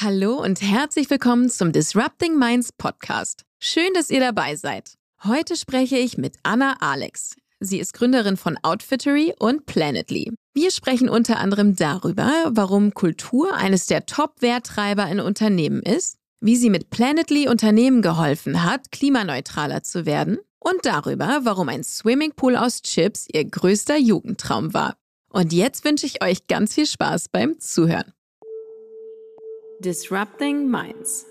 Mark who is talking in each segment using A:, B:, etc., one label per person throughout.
A: Hallo und herzlich willkommen zum Disrupting Minds Podcast. Schön, dass ihr dabei seid. Heute spreche ich mit Anna Alex. Sie ist Gründerin von Outfittery und Planetly. Wir sprechen unter anderem darüber, warum Kultur eines der Top-Werttreiber in Unternehmen ist, wie sie mit Planetly Unternehmen geholfen hat, klimaneutraler zu werden und darüber, warum ein Swimmingpool aus Chips ihr größter Jugendtraum war. Und jetzt wünsche ich euch ganz viel Spaß beim Zuhören. Disrupting Minds.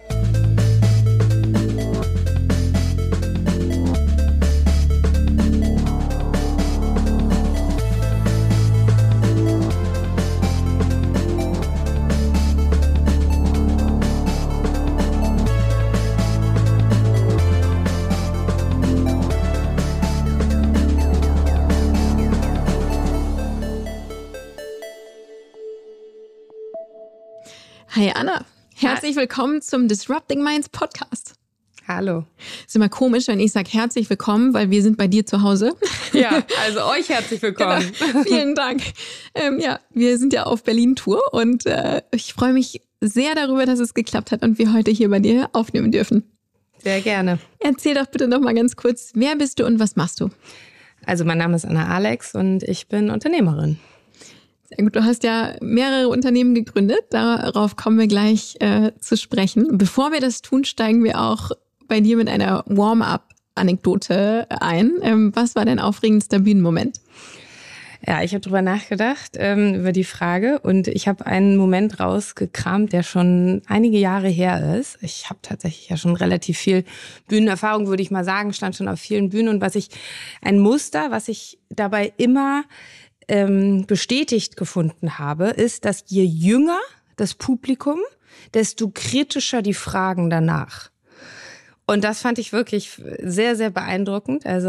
A: Hi Anna, herzlich willkommen zum Disrupting Minds Podcast.
B: Hallo.
A: Ist immer komisch, wenn ich sage herzlich willkommen, weil wir sind bei dir zu Hause.
B: Ja, also euch herzlich willkommen.
A: Genau. Vielen Dank. Wir sind ja auf Berlin-Tour und ich freue mich sehr darüber, dass es geklappt hat und wir heute hier bei dir aufnehmen dürfen.
B: Sehr gerne.
A: Erzähl doch bitte noch mal ganz kurz, wer bist du und was machst du?
B: Also mein Name ist Anna Alex und ich bin Unternehmerin.
A: Sehr gut, du hast ja mehrere Unternehmen gegründet, darauf kommen wir gleich zu sprechen. Bevor wir das tun, steigen wir auch bei dir mit einer Warm-up-Anekdote ein. Was war dein aufregendster Bühnenmoment?
B: Ja, ich habe drüber nachgedacht, über die Frage und ich habe einen Moment rausgekramt, der schon einige Jahre her ist. Ich habe tatsächlich ja schon relativ viel Bühnenerfahrung, würde ich mal sagen, stand schon auf vielen Bühnen und ein Muster, was ich dabei immer bestätigt gefunden habe, ist, dass je jünger das Publikum, desto kritischer die Fragen danach. Und das fand ich wirklich sehr, sehr beeindruckend. Also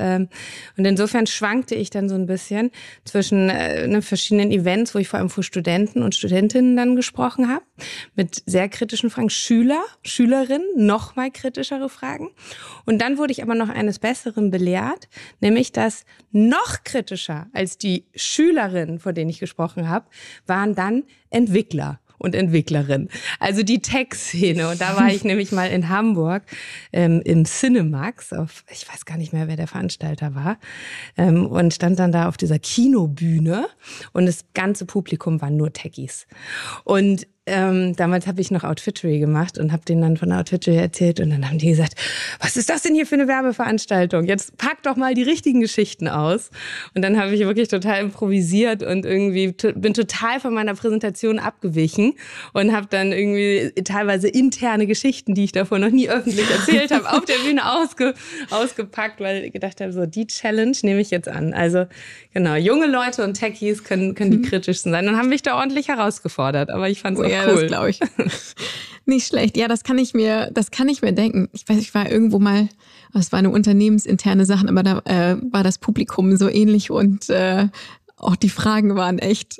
B: und insofern schwankte ich dann so ein bisschen zwischen verschiedenen Events, wo ich vor allem vor Studenten und Studentinnen dann gesprochen habe, mit sehr kritischen Fragen. Schülerinnen, noch mal kritischere Fragen. Und dann wurde ich aber noch eines Besseren belehrt, nämlich dass noch kritischer als die Schülerinnen, vor denen ich gesprochen habe, waren dann Entwickler und Entwicklerin. Also die Tech-Szene. Und da war ich nämlich mal in Hamburg im Cinemax. Ich weiß gar nicht mehr, wer der Veranstalter war. Und stand dann da auf dieser Kinobühne. Und das ganze Publikum waren nur Techies. Und damals habe ich noch Outfittery gemacht und habe denen dann von Outfittery erzählt. Und dann haben die gesagt, was ist das denn hier für eine Werbeveranstaltung? Jetzt pack doch mal die richtigen Geschichten aus. Und dann habe ich wirklich total improvisiert und irgendwie bin total von meiner Präsentation abgewichen und habe dann irgendwie teilweise interne Geschichten, die ich davor noch nie öffentlich erzählt habe, auf der Bühne ausgepackt, weil ich gedacht habe, so die Challenge nehme ich jetzt an. Also genau, junge Leute und Techies können die kritischsten sein und haben mich da ordentlich herausgefordert. Aber ich fand es auch
A: ja,
B: cool.
A: Das glaube ich. Nicht schlecht. Ja, das kann ich mir denken. Ich weiß, ich war irgendwo mal, es war eine unternehmensinterne Sache, aber da war das Publikum so ähnlich und auch die Fragen waren echt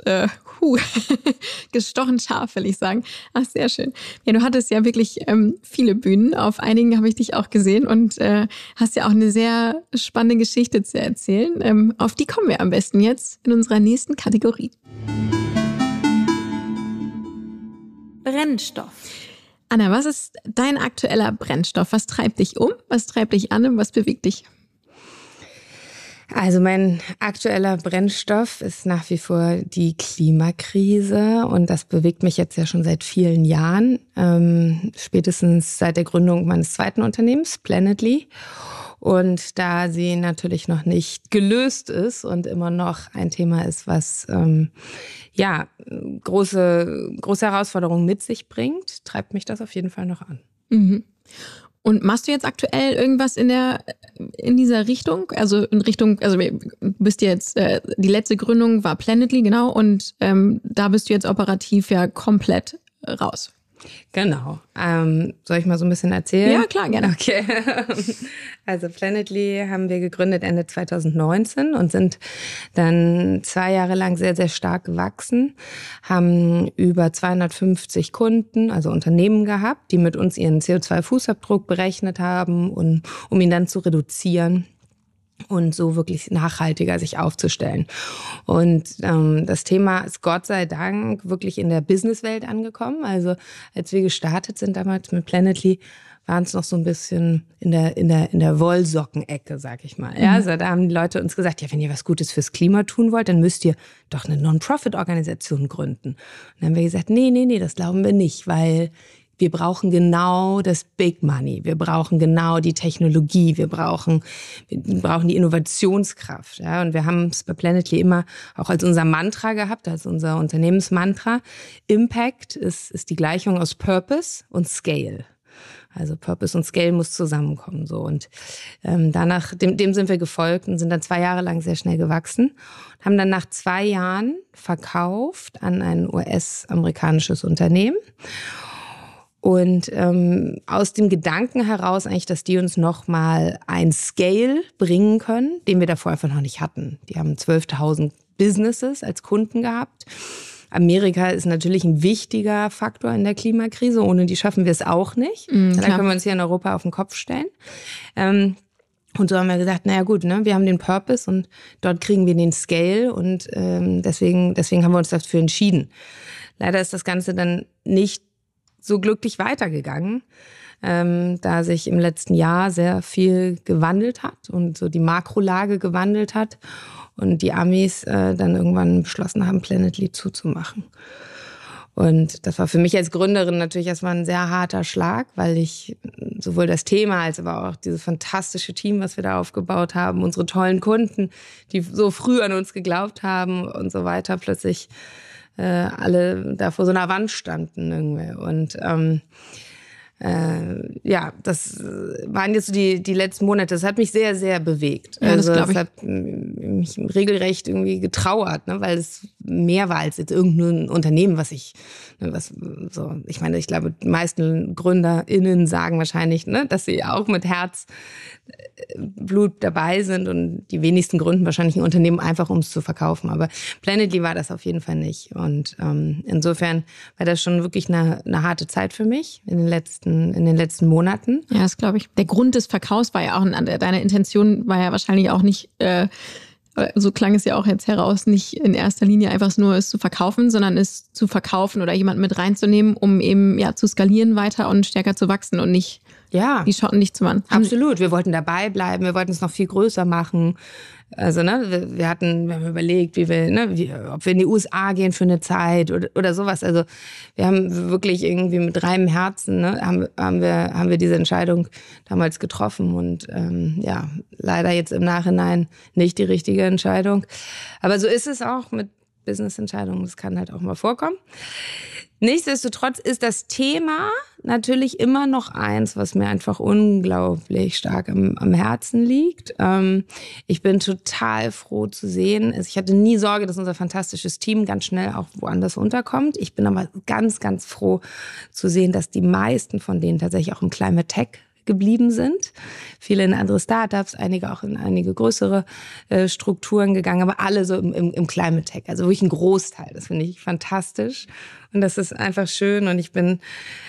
A: gestochen scharf, will ich sagen. Ach, sehr schön. Ja, du hattest ja wirklich viele Bühnen. Auf einigen habe ich dich auch gesehen und hast ja auch eine sehr spannende Geschichte zu erzählen. Auf die kommen wir am besten jetzt in unserer nächsten Kategorie. Brennstoff. Anna, was ist dein aktueller Brennstoff? Was treibt dich um? Was treibt dich an und was bewegt dich?
B: Also mein aktueller Brennstoff ist nach wie vor die Klimakrise und das bewegt mich jetzt ja schon seit vielen Jahren, spätestens seit der Gründung meines zweiten Unternehmens, Planetly. Und da sie natürlich noch nicht gelöst ist und immer noch ein Thema ist, was große Herausforderungen mit sich bringt, treibt mich das auf jeden Fall noch an.
A: Mhm. Und machst du jetzt aktuell irgendwas in dieser Richtung? Also du bist jetzt, die letzte Gründung war Planetly, genau, und da bist du jetzt operativ ja komplett raus.
B: Genau. Soll ich mal so ein bisschen erzählen?
A: Ja, klar, gerne.
B: Okay. Also Planetly haben wir gegründet Ende 2019 und sind dann 2 Jahre lang sehr, sehr stark gewachsen, haben über 250 Kunden, also Unternehmen gehabt, die mit uns ihren CO2-Fußabdruck berechnet haben, um ihn dann zu reduzieren. und so wirklich nachhaltiger sich aufzustellen. Und das Thema ist Gott sei Dank wirklich in der Businesswelt angekommen. Also als wir gestartet sind damals mit Planetly, waren es noch so ein bisschen in der Wollsocken-Ecke, sag ich mal. Ja, also da haben die Leute uns gesagt, ja, wenn ihr was Gutes fürs Klima tun wollt, dann müsst ihr doch eine Non-Profit-Organisation gründen. Und dann haben wir gesagt, nee, das glauben wir nicht, weil wir brauchen genau das Big Money. Wir brauchen genau die Technologie. Wir brauchen die Innovationskraft. Ja, und wir haben es bei Planetly immer auch als unser Mantra gehabt, als unser Unternehmensmantra. Impact ist die Gleichung aus Purpose und Scale. Also Purpose und Scale muss zusammenkommen. So. Und danach, dem sind wir gefolgt und sind dann 2 Jahre lang sehr schnell gewachsen. Haben dann nach 2 Jahren verkauft an ein US-amerikanisches Unternehmen. Und aus dem Gedanken heraus eigentlich, dass die uns nochmal ein Scale bringen können, den wir davor einfach noch nicht hatten. Die haben 12.000 Businesses als Kunden gehabt. Amerika ist natürlich ein wichtiger Faktor in der Klimakrise. Ohne die schaffen wir es auch nicht. Dann können wir uns hier in Europa auf den Kopf stellen. Und so haben wir gesagt, naja gut, ne, wir haben den Purpose und dort kriegen wir den Scale und deswegen haben wir uns dafür entschieden. Leider ist das Ganze dann nicht so glücklich weitergegangen, da sich im letzten Jahr sehr viel gewandelt hat und so die Makrolage gewandelt hat und die Amis dann irgendwann beschlossen haben, Planetly zuzumachen. Und das war für mich als Gründerin natürlich erstmal ein sehr harter Schlag, weil ich sowohl das Thema als aber auch dieses fantastische Team, was wir da aufgebaut haben, unsere tollen Kunden, die so früh an uns geglaubt haben und so weiter, plötzlich alle da vor so einer Wand standen irgendwie. Und das waren jetzt so die letzten Monate. Das hat mich sehr, sehr bewegt.
A: Ja,
B: also
A: das
B: es hat mich regelrecht irgendwie getrauert, ne, weil es mehr war als jetzt irgendein Unternehmen, ich glaube, die meisten GründerInnen sagen wahrscheinlich, ne, dass sie auch mit Herzblut dabei sind und die wenigsten gründen wahrscheinlich ein Unternehmen einfach, um es zu verkaufen. Aber Planetly war das auf jeden Fall nicht. Und insofern war das schon wirklich eine harte Zeit für mich in den letzten Monaten.
A: Ja, das glaube ich. Der Grund des Verkaufs war ja auch, deine Intention war ja wahrscheinlich auch nicht, so klang es ja auch jetzt heraus, nicht in erster Linie einfach nur es zu verkaufen, sondern es zu verkaufen oder jemanden mit reinzunehmen, um eben zu skalieren weiter und stärker zu wachsen und nicht die Schotten nicht zu machen.
B: Absolut. Wir wollten dabei bleiben, wir wollten es noch viel größer machen. Also, ne, wir haben überlegt, ob wir in die USA gehen für eine Zeit oder sowas. Also, wir haben wirklich irgendwie mit reinem Herzen, ne, haben wir diese Entscheidung damals getroffen und, leider jetzt im Nachhinein nicht die richtige Entscheidung. Aber so ist es auch mit Business-Entscheidungen. Das kann halt auch mal vorkommen. Nichtsdestotrotz ist das Thema natürlich immer noch eins, was mir einfach unglaublich stark am Herzen liegt. Ich bin total froh zu sehen. Ich hatte nie Sorge, dass unser fantastisches Team ganz schnell auch woanders unterkommt. Ich bin aber ganz, ganz froh zu sehen, dass die meisten von denen tatsächlich auch im Climate Tech geblieben sind. Viele in andere Startups, einige auch in einige größere Strukturen gegangen, aber alle so im Climate Tech, also wirklich ein Großteil. Das finde ich fantastisch und das ist einfach schön und ich bin,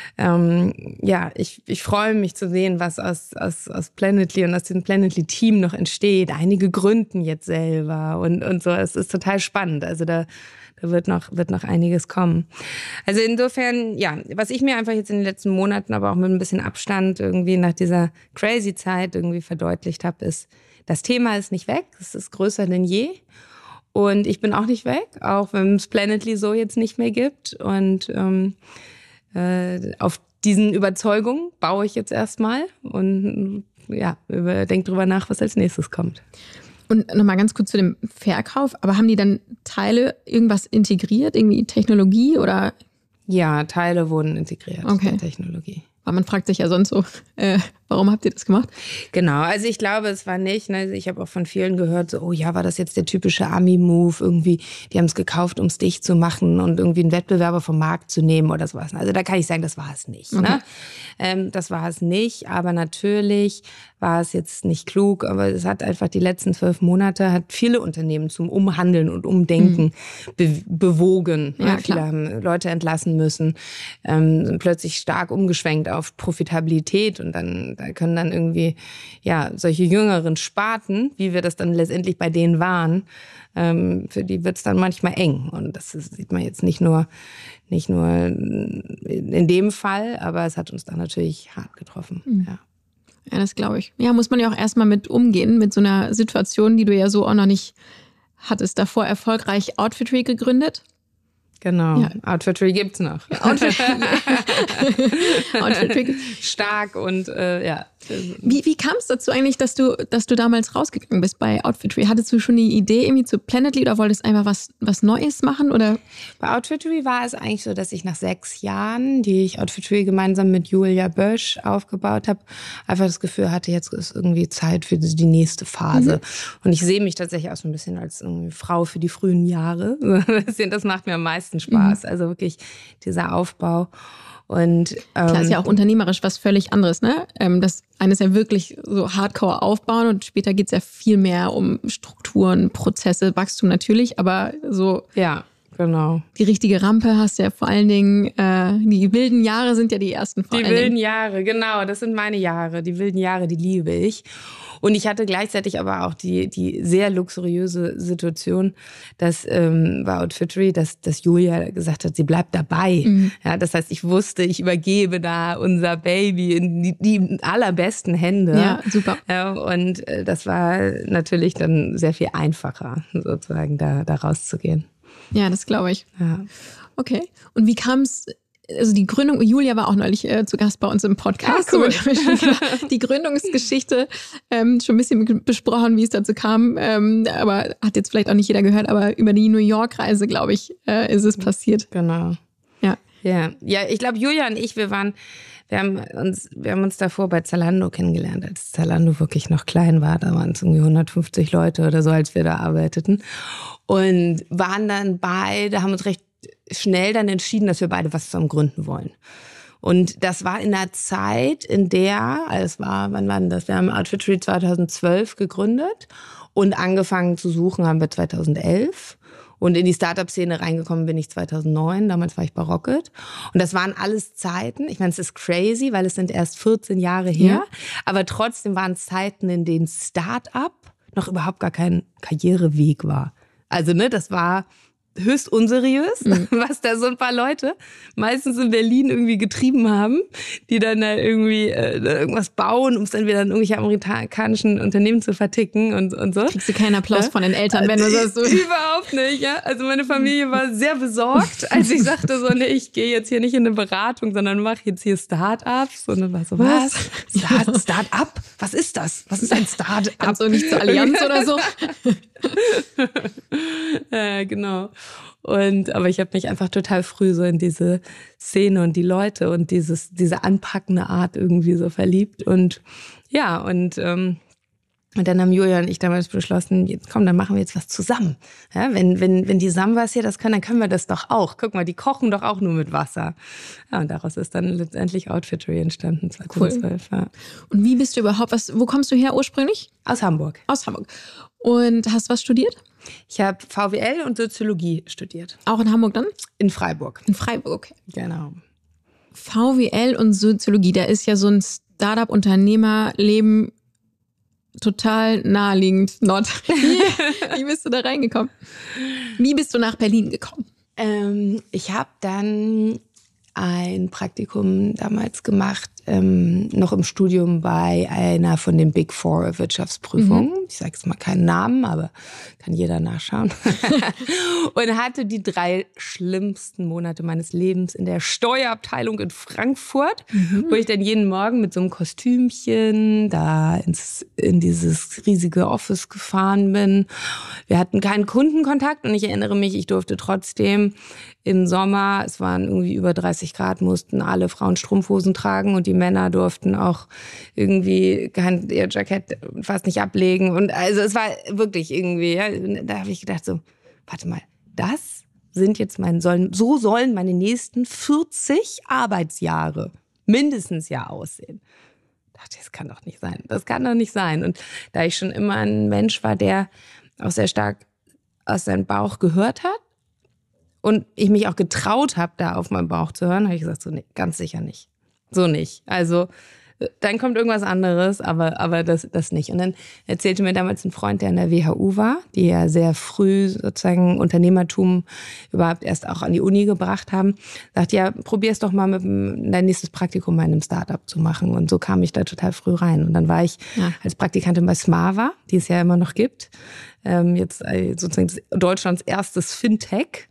B: ich freue mich zu sehen, was aus Planetly und aus dem Planetly-Team noch entsteht. Einige gründen jetzt selber und so. Es ist total spannend. Also da wird noch einiges kommen. Also insofern, was ich mir einfach jetzt in den letzten Monaten, aber auch mit ein bisschen Abstand irgendwie nach dieser crazy Zeit irgendwie verdeutlicht habe, ist, das Thema ist nicht weg, es ist größer denn je. Und ich bin auch nicht weg, auch wenn es Planetly so jetzt nicht mehr gibt. Und auf diesen Überzeugungen baue ich jetzt erstmal und denke drüber nach, was als nächstes kommt.
A: Und nochmal ganz kurz zu dem Verkauf, aber haben die dann Teile irgendwas integriert, irgendwie Technologie oder?
B: Ja, Teile wurden integriert in Technologie.
A: Weil man fragt sich ja sonst so, warum habt ihr das gemacht?
B: Genau, also ich glaube, es war nicht, ne, ich habe auch von vielen gehört, so, oh ja, war das jetzt der typische Ami-Move, irgendwie, die haben es gekauft, um es dicht zu machen und irgendwie einen Wettbewerber vom Markt zu nehmen oder sowas. Also da kann ich sagen, das war es nicht. Okay. Ne? Das war es nicht, aber natürlich war es jetzt nicht klug, aber es hat einfach die letzten 12 Monate, hat viele Unternehmen zum Umhandeln und Umdenken bewogen. Ja, viele haben Leute entlassen müssen, sind plötzlich stark umgeschwenkt auf Profitabilität und dann da können dann irgendwie solche jüngeren Sparten, wie wir das dann letztendlich bei denen waren, für die wird's dann manchmal eng. Und das sieht man jetzt nicht nur in dem Fall, aber es hat uns dann natürlich hart getroffen.
A: Mhm. Ja, das glaube ich. Ja, muss man ja auch erstmal mit umgehen, mit so einer Situation, die du ja so auch noch nicht hattest. Davor erfolgreich Outfittery gegründet.
B: Genau, ja. Outfittery gibt's noch. Ja, Outfittery. Stark und
A: Wie kam es dazu eigentlich, dass du damals rausgegangen bist bei Outfittery? Hattest du schon die Idee irgendwie zu Plannedly oder wolltest einfach was Neues machen? Oder?
B: Bei Outfittery war es eigentlich so, dass ich nach 6 Jahren, die ich Outfittery gemeinsam mit Julia Bösch aufgebaut habe, einfach das Gefühl hatte, jetzt ist irgendwie Zeit für die nächste Phase. Und ich sehe mich tatsächlich auch so ein bisschen als irgendwie Frau für die frühen Jahre. Das macht mir am meisten Spaß. Also wirklich dieser Aufbau. Und
A: klar, ist ja auch unternehmerisch was völlig anderes, ne? Das eine ist ja wirklich so hardcore aufbauen und später geht's ja viel mehr um Strukturen, Prozesse, Wachstum natürlich, aber so
B: ja, genau.
A: Die richtige Rampe hast du ja vor allen Dingen, die wilden Jahre sind ja die ersten vor allen Dingen.
B: Die wilden Jahre, genau, das sind meine Jahre. Die wilden Jahre, die liebe ich. Und ich hatte gleichzeitig aber auch die sehr luxuriöse Situation, dass bei Outfittery, dass Julia gesagt hat, sie bleibt dabei. Ja, das heißt, ich wusste, ich übergebe da unser Baby in die allerbesten Hände.
A: Ja, super.
B: Ja, und das war natürlich dann sehr viel einfacher, sozusagen da rauszugehen.
A: Ja, das glaube ich.
B: Ja.
A: Okay. Und wie kam es? Also die Gründung, Julia war auch neulich zu Gast bei uns im Podcast.
B: Ah, cool.
A: Die Gründungsgeschichte schon ein bisschen besprochen, wie es dazu kam. Aber hat jetzt vielleicht auch nicht jeder gehört, aber über die New York-Reise, glaube ich, ist es passiert.
B: Genau. Ja, ich glaube, Julia und ich, wir haben uns davor bei Zalando kennengelernt, als Zalando wirklich noch klein war. Da waren es irgendwie 150 Leute oder so, als wir da arbeiteten. Und waren dann haben uns recht schnell dann entschieden, dass wir beide was zusammen gründen wollen. Und das war in einer Zeit, in der, wann war denn das? Wir haben Outfittery 2012 gegründet und angefangen zu suchen haben wir 2011. Und in die Startup-Szene reingekommen bin ich 2009. Damals war ich bei Rocket. Und das waren alles Zeiten. Ich meine, es ist crazy, weil es sind erst 14 Jahre her. Ja. Aber trotzdem waren es Zeiten, in denen Startup noch überhaupt gar kein Karriereweg war. Also, das war höchst unseriös, was da so ein paar Leute meistens in Berlin irgendwie getrieben haben, die dann da irgendwie irgendwas bauen, um es dann wieder in irgendwelche amerikanischen Unternehmen zu verticken und so.
A: Kriegst du keinen Applaus von den Eltern, wenn du das so...
B: Überhaupt nicht, ja. Also meine Familie war sehr besorgt, als ich sagte so, nee, ich gehe jetzt hier nicht in eine Beratung, sondern mache jetzt hier Start-ups. Und dann war so, was? Start-up? Was ist das? Was ist ein Start-up?
A: Kannst du nicht zur Allianz oder so?
B: Ja, genau. Aber ich habe mich einfach total früh so in diese Szene und die Leute und diese anpackende Art irgendwie so verliebt. Und dann haben Julia und ich damals beschlossen, jetzt komm, dann machen wir jetzt was zusammen. Ja, wenn die Sambas hier das können, dann können wir das doch auch. Guck mal, die kochen doch auch nur mit Wasser. Ja, und daraus ist dann letztendlich Outfittery entstanden, 2012. Cool. Ja.
A: Und wie bist du überhaupt, wo kommst du her ursprünglich?
B: Aus Hamburg.
A: Aus Hamburg. Und hast was studiert?
B: Ich habe VWL und Soziologie studiert.
A: Auch in Hamburg dann?
B: In Freiburg.
A: In Freiburg, okay.
B: Genau.
A: VWL und Soziologie, da ist ja so ein Startup-Unternehmerleben total naheliegend. Wie bist du da reingekommen? Wie bist du nach Berlin gekommen?
B: Ich habe dann ein Praktikum damals gemacht, noch im Studium bei einer von den Big Four Wirtschaftsprüfungen. Ich sage jetzt mal keinen Namen, aber kann jeder nachschauen. Und hatte die 3 schlimmsten Monate meines Lebens in der Steuerabteilung in Frankfurt, wo ich dann jeden Morgen mit so einem Kostümchen da in dieses riesige Office gefahren bin. Wir hatten keinen Kundenkontakt und ich erinnere mich, ich durfte trotzdem im Sommer, es waren irgendwie über 30 Grad, mussten alle Frauen Strumpfhosen tragen und die Männer durften auch irgendwie ihr Jackett fast nicht ablegen. Und also es war wirklich irgendwie, ja, da habe ich gedacht so, warte mal, das sind jetzt so sollen meine nächsten 40 Arbeitsjahre mindestens ja aussehen. Ich dachte, das kann doch nicht sein. Das kann doch nicht sein. Und da ich schon immer ein Mensch war, der auch sehr stark aus seinem Bauch gehört hat, und ich mich auch getraut habe, da auf meinen Bauch zu hören, habe ich gesagt, so nee, ganz sicher nicht. So nicht. Also dann kommt irgendwas anderes, aber das nicht. Und dann erzählte mir damals ein Freund, der in der WHU war, die ja sehr früh sozusagen Unternehmertum überhaupt erst auch an die Uni gebracht haben, sagt, ja, probier's doch mal dein nächstes Praktikum bei einem Startup zu machen. Und so kam ich da total früh rein. Und dann war ich als Praktikantin bei Smava, die es ja immer noch gibt, jetzt sozusagen Deutschlands erstes Fintech.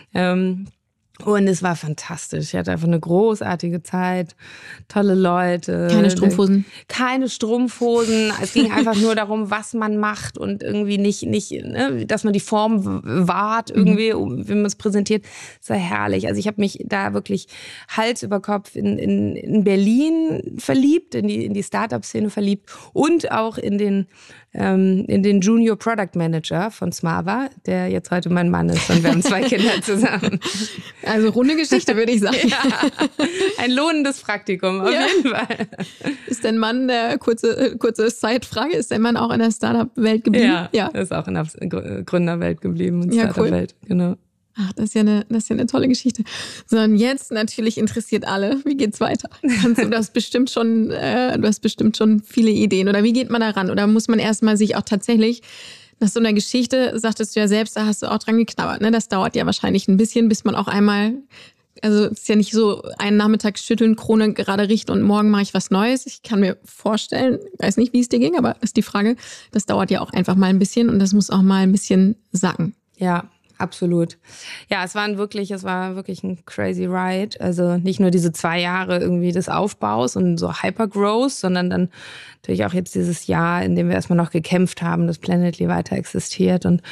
B: Und es war fantastisch. Ich hatte einfach eine großartige Zeit, tolle Leute.
A: Keine Strumpfhosen?
B: Keine Strumpfhosen. Es ging einfach nur darum, was man macht und irgendwie nicht, ne, dass man die Form wahrt irgendwie, wie man es präsentiert. Es war herrlich. Also ich habe mich da wirklich Hals über Kopf in Berlin verliebt, in die Startup-Szene verliebt und auch in den Junior Product Manager von Smava, der jetzt heute mein Mann ist und wir haben 2 Kinder zusammen.
A: Also runde Geschichte, würde ich sagen.
B: Ja, ein lohnendes Praktikum, auf jeden Fall.
A: Ist dein Mann, kurze Zeitfrage, ist dein Mann auch in der Startup-Welt geblieben?
B: Ja, ist auch in der Gründerwelt geblieben und Startup-Welt, genau.
A: Ach, das ist ja eine tolle Geschichte. So, und jetzt natürlich interessiert alle, wie geht's weiter? Du hast bestimmt schon viele Ideen. Oder wie geht man da ran? Oder muss man erstmal sich auch tatsächlich, nach so einer Geschichte, sagtest du ja selbst, da hast du auch dran geknabbert, ne? Das dauert ja wahrscheinlich ein bisschen, bis man auch einmal, also es ist ja nicht so, einen Nachmittag schütteln, Krone gerade richten und morgen mache ich was Neues. Ich kann mir vorstellen, weiß nicht, wie es dir ging, aber ist die Frage, das dauert ja auch einfach mal ein bisschen und das muss auch mal ein bisschen sacken.
B: Ja. Absolut. Ja, es war wirklich ein crazy ride. Also nicht nur diese 2 Jahre irgendwie des Aufbaus und so Hypergrowth, sondern dann natürlich auch jetzt dieses Jahr, in dem wir erstmal noch gekämpft haben, dass Planetly weiter existiert. Und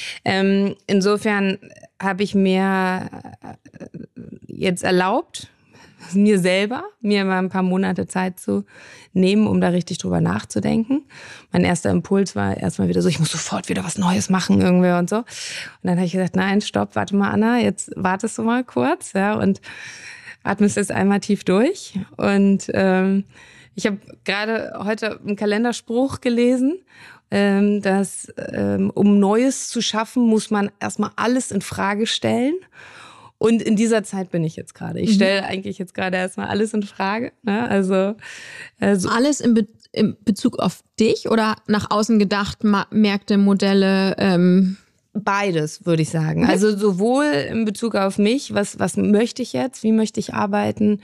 B: insofern habe ich mir jetzt erlaubt, mir mal ein paar Monate Zeit zu nehmen, um da richtig drüber nachzudenken. Mein erster Impuls war erstmal wieder so, ich muss sofort wieder was Neues machen irgendwie und so. Und dann habe ich gesagt, nein, stopp, warte mal, Anna, jetzt wartest du mal kurz, ja, und atmest jetzt einmal tief durch. Und ich habe gerade heute einen Kalenderspruch gelesen, dass um Neues zu schaffen, muss man erstmal alles in Frage stellen. Und in dieser Zeit bin ich jetzt gerade. Ich stelle eigentlich jetzt gerade erstmal alles in Frage. Ne? Also
A: alles in Bezug auf dich oder nach außen gedacht, Märkte, Modelle?
B: Beides, würde ich sagen. Also sowohl in Bezug auf mich, was möchte ich jetzt, wie möchte ich arbeiten,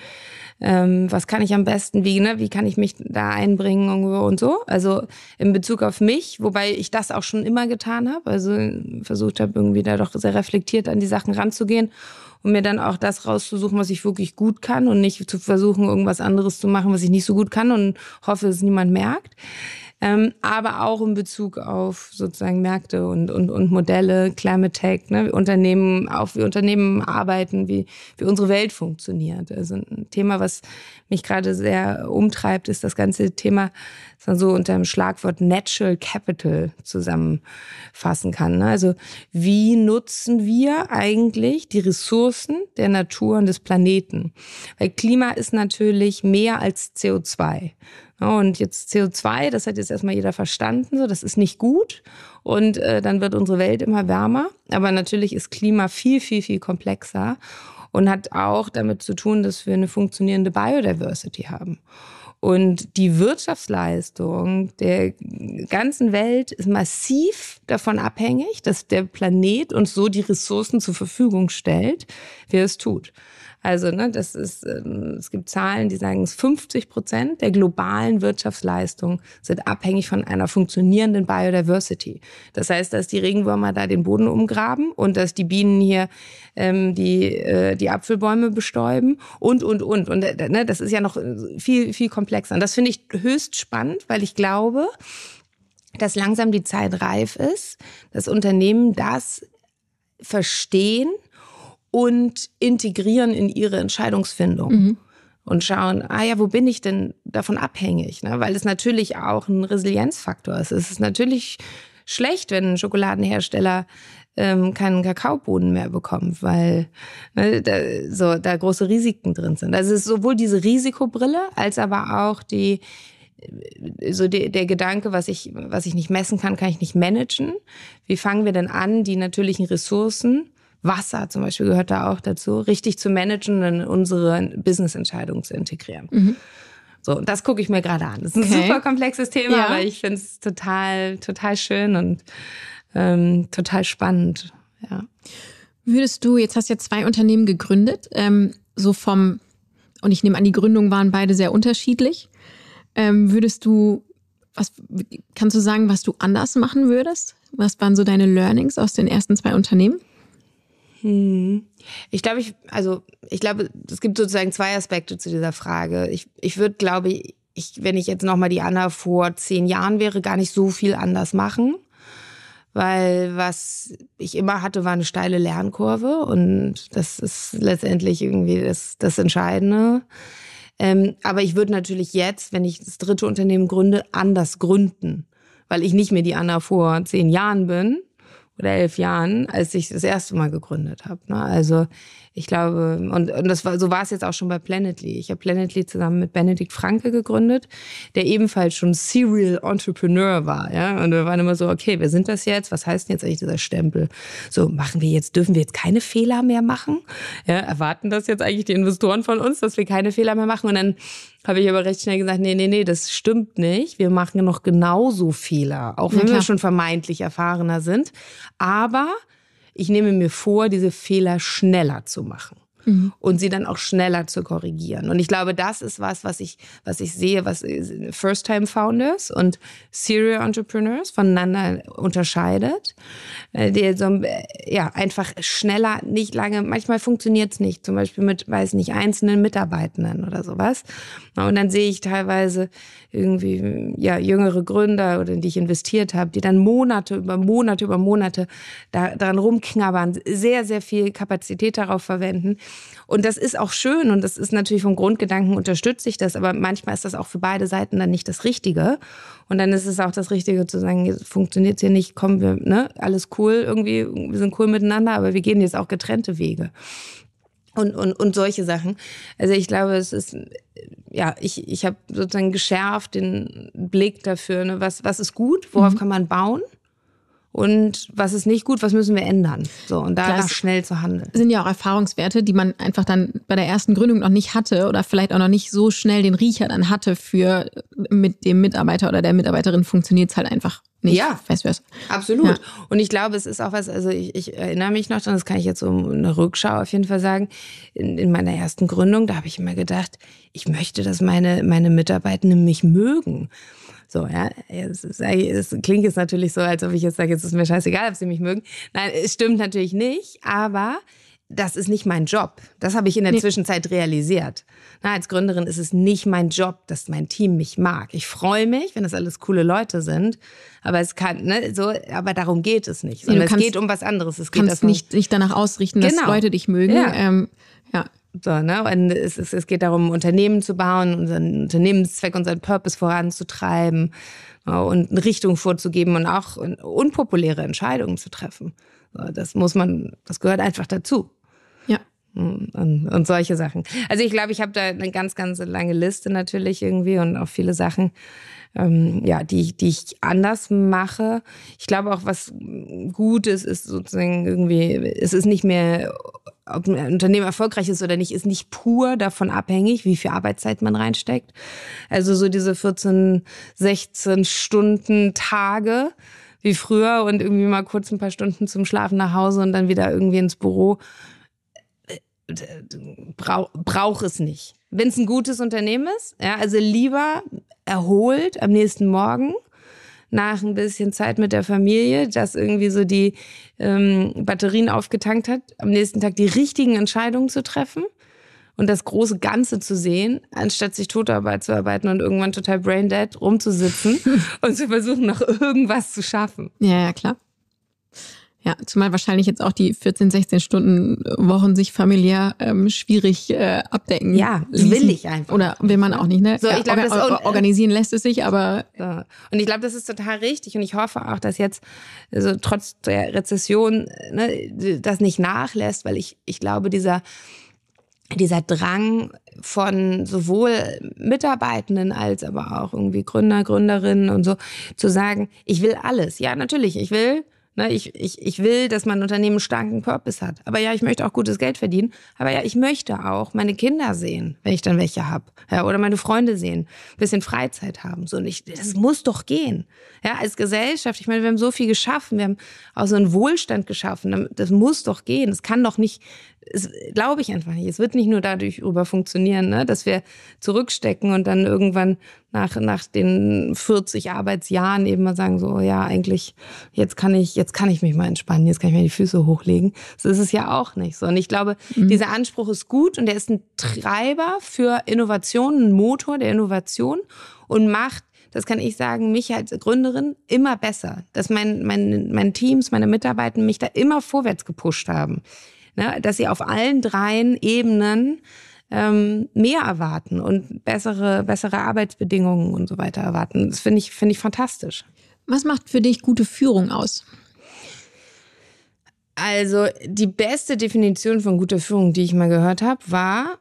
B: was kann ich am besten, wie kann ich mich da einbringen und so. Also in Bezug auf mich, wobei ich das auch schon immer getan habe, also versucht habe, irgendwie da doch sehr reflektiert an die Sachen ranzugehen und mir dann auch das rauszusuchen, was ich wirklich gut kann und nicht zu versuchen, irgendwas anderes zu machen, was ich nicht so gut kann und hoffe, dass es niemand merkt. Aber auch in Bezug auf sozusagen Märkte und Modelle, Climate Tech, ne, wie Unternehmen arbeiten, wie unsere Welt funktioniert. Also ein Thema, was mich gerade sehr umtreibt, ist das ganze Thema, das man so unter dem Schlagwort Natural Capital zusammenfassen kann. Ne? Also wie nutzen wir eigentlich die Ressourcen der Natur und des Planeten? Weil Klima ist natürlich mehr als CO2. Und jetzt CO2, das hat jetzt erstmal jeder verstanden, so, das ist nicht gut. Und dann wird unsere Welt immer wärmer. Aber natürlich ist Klima viel, viel, viel komplexer und hat auch damit zu tun, dass wir eine funktionierende Biodiversity haben. Und die Wirtschaftsleistung der ganzen Welt ist massiv davon abhängig, dass der Planet uns so die Ressourcen zur Verfügung stellt, wie er es tut. Also, ne, es gibt Zahlen, die sagen, 50% der globalen Wirtschaftsleistung sind abhängig von einer funktionierenden Biodiversity. Das heißt, dass die Regenwürmer da den Boden umgraben und dass die Bienen hier die Apfelbäume bestäuben und. Und ne, das ist ja noch viel, viel komplexer. Und das finde ich höchst spannend, weil ich glaube, dass langsam die Zeit reif ist, dass Unternehmen das verstehen und integrieren in ihre Entscheidungsfindung. Und schauen, wo bin ich denn davon abhängig? Ne? Weil es natürlich auch ein Resilienzfaktor ist. Es ist natürlich schlecht, wenn ein Schokoladenhersteller keinen Kakaoboden mehr bekommt, weil da große Risiken drin sind. Also es ist sowohl diese Risikobrille als aber auch der Gedanke, was ich nicht messen kann ich nicht managen. Wie fangen wir denn an, die natürlichen Ressourcen, Wasser zum Beispiel gehört da auch dazu, richtig zu managen und in unsere Business-Entscheidungen zu integrieren. So, und das gucke ich mir gerade an. Das ist ein super komplexes Thema, aber ich finde es total, total schön und total spannend. Ja.
A: Würdest du, jetzt hast du ja 2 Unternehmen gegründet, und ich nehme an, die Gründungen waren beide sehr unterschiedlich. Kannst du sagen, was du anders machen würdest? Was waren so deine Learnings aus den ersten 2 Unternehmen?
B: Ich glaube, es gibt sozusagen 2 Aspekte zu dieser Frage. Ich würde, glaube ich, wenn ich jetzt nochmal die Anna vor 10 Jahren wäre, gar nicht so viel anders machen. Weil was ich immer hatte, war eine steile Lernkurve und das ist letztendlich irgendwie das Entscheidende. Aber ich würde natürlich jetzt, wenn ich das 3. Unternehmen gründe, anders gründen. Weil ich nicht mehr die Anna vor 10 Jahren bin oder 11 Jahren, als ich das erste Mal gegründet habe. Also ich glaube, und so war es jetzt auch schon bei Planetly. Ich habe Planetly zusammen mit Benedikt Franke gegründet, der ebenfalls schon Serial Entrepreneur war. Ja? Und wir waren immer so, okay, wer sind das jetzt? Was heißt denn jetzt eigentlich dieser Stempel? So, dürfen wir jetzt keine Fehler mehr machen? Ja, erwarten das jetzt eigentlich die Investoren von uns, dass wir keine Fehler mehr machen? Und dann habe ich aber recht schnell gesagt, nee, das stimmt nicht. Wir machen noch genauso Fehler, auch wenn wir schon vermeintlich erfahrener sind. Aber ich nehme mir vor, diese Fehler schneller zu machen und sie dann auch schneller zu korrigieren. Und ich glaube, das ist was ich sehe, was First-Time-Founders und Serial Entrepreneurs voneinander unterscheidet. Die so, einfach schneller, nicht lange, manchmal funktioniert es nicht, zum Beispiel mit, einzelnen Mitarbeitenden oder sowas. Und dann sehe ich teilweise irgendwie, jüngere Gründer oder in die ich investiert habe, die dann Monate über Monate daran rumknabbern, sehr, sehr viel Kapazität darauf verwenden. Und das ist auch schön und das ist natürlich vom Grundgedanken unterstütze ich das, aber manchmal ist das auch für beide Seiten dann nicht das Richtige. Und dann ist es auch das Richtige zu sagen, jetzt funktioniert hier nicht, kommen wir, alles cool irgendwie, wir sind cool miteinander, aber wir gehen jetzt auch getrennte Wege. Und solche Sachen. Also ich glaube, es ist, ich habe sozusagen geschärft den Blick dafür, was ist gut, worauf kann man bauen und was ist nicht gut, was müssen wir ändern. So, und danach schnell zu handeln.
A: Sind ja auch Erfahrungswerte, die man einfach dann bei der ersten Gründung noch nicht hatte oder vielleicht auch noch nicht so schnell den Riecher dann hatte für mit dem Mitarbeiter oder der Mitarbeiterin funktioniert es halt einfach nicht.
B: Ja, absolut. Ja. Und ich glaube, es ist auch was, also ich erinnere mich noch dran, das kann ich jetzt so eine Rückschau auf jeden Fall sagen, in meiner ersten Gründung, da habe ich immer gedacht, ich möchte, dass meine Mitarbeitenden mich mögen. So, es klingt jetzt natürlich so, als ob ich jetzt sage, jetzt ist mir scheißegal, ob sie mich mögen. Nein, es stimmt natürlich nicht, aber das ist nicht mein Job. Das habe ich in der Zwischenzeit realisiert. Als Gründerin ist es nicht mein Job, dass mein Team mich mag. Ich freue mich, wenn das alles coole Leute sind, aber es kann, aber darum geht es nicht. Sondern es geht um was anderes. Es geht
A: kannst nicht danach ausrichten, dass Leute dich mögen.
B: Ja. So, und es geht darum, Unternehmen zu bauen, unseren Unternehmenszweck, unseren Purpose voranzutreiben und eine Richtung vorzugeben und auch unpopuläre Entscheidungen zu treffen. Das gehört einfach dazu.
A: Ja.
B: Und solche Sachen. Also ich glaube, ich habe da eine ganz, ganz lange Liste natürlich irgendwie und auch viele Sachen, die ich anders mache. Ich glaube auch, was gut ist sozusagen irgendwie, es ist nicht mehr, ob ein Unternehmen erfolgreich ist oder nicht, ist nicht pur davon abhängig, wie viel Arbeitszeit man reinsteckt. Also so diese 14, 16 Stunden Tage wie früher und irgendwie mal kurz ein paar Stunden zum Schlafen nach Hause und dann wieder irgendwie ins Büro. Braucht es nicht. Wenn es ein gutes Unternehmen ist, also lieber erholt am nächsten Morgen nach ein bisschen Zeit mit der Familie, das irgendwie so die Batterien aufgetankt hat, am nächsten Tag die richtigen Entscheidungen zu treffen und das große Ganze zu sehen, anstatt sich Totarbeit zu arbeiten und irgendwann total braindead rumzusitzen und zu versuchen, noch irgendwas zu schaffen.
A: Ja, klar. Ja, zumal wahrscheinlich jetzt auch die 14, 16 Stunden Wochen sich familiär schwierig abdecken.
B: Ja, will ich einfach.
A: Oder will man auch nicht, ne?
B: So, ich glaube,
A: organisieren lässt es sich, aber...
B: So. Und ich glaube, das ist total richtig und ich hoffe auch, dass jetzt also trotz der Rezession das nicht nachlässt, weil ich glaube, dieser Drang von sowohl Mitarbeitenden als aber auch irgendwie Gründer, Gründerinnen und so, zu sagen, ich will alles. Ja, natürlich, ich will Ne, ich will, dass mein Unternehmen einen starken Purpose hat. Aber ja, ich möchte auch gutes Geld verdienen. Aber ja, ich möchte auch meine Kinder sehen, wenn ich dann welche habe. Ja, oder meine Freunde sehen, ein bisschen Freizeit haben. So, und das muss doch gehen. Ja, als Gesellschaft, ich meine, wir haben so viel geschaffen, wir haben auch so einen Wohlstand geschaffen. Das muss doch gehen. Es kann doch nicht, glaube ich einfach nicht. Es wird nicht nur dadurch über funktionieren, ne, dass wir zurückstecken und dann irgendwann nach den 40 Arbeitsjahren eben mal sagen, so, ja, eigentlich, jetzt kann ich mich mal entspannen, jetzt kann ich mir die Füße hochlegen. So ist es ja auch nicht so. Und ich glaube, dieser Anspruch ist gut und der ist ein Treiber für Innovation, ein Motor der Innovation und macht, das kann ich sagen, mich als Gründerin immer besser. Dass mein Teams, meine Mitarbeiter mich da immer vorwärts gepusht haben. Ne? Dass sie auf allen 3 Ebenen mehr erwarten und bessere Arbeitsbedingungen und so weiter erwarten. Das finde ich fantastisch.
A: Was macht für dich gute Führung aus?
B: Also die beste Definition von guter Führung, die ich mal gehört habe, war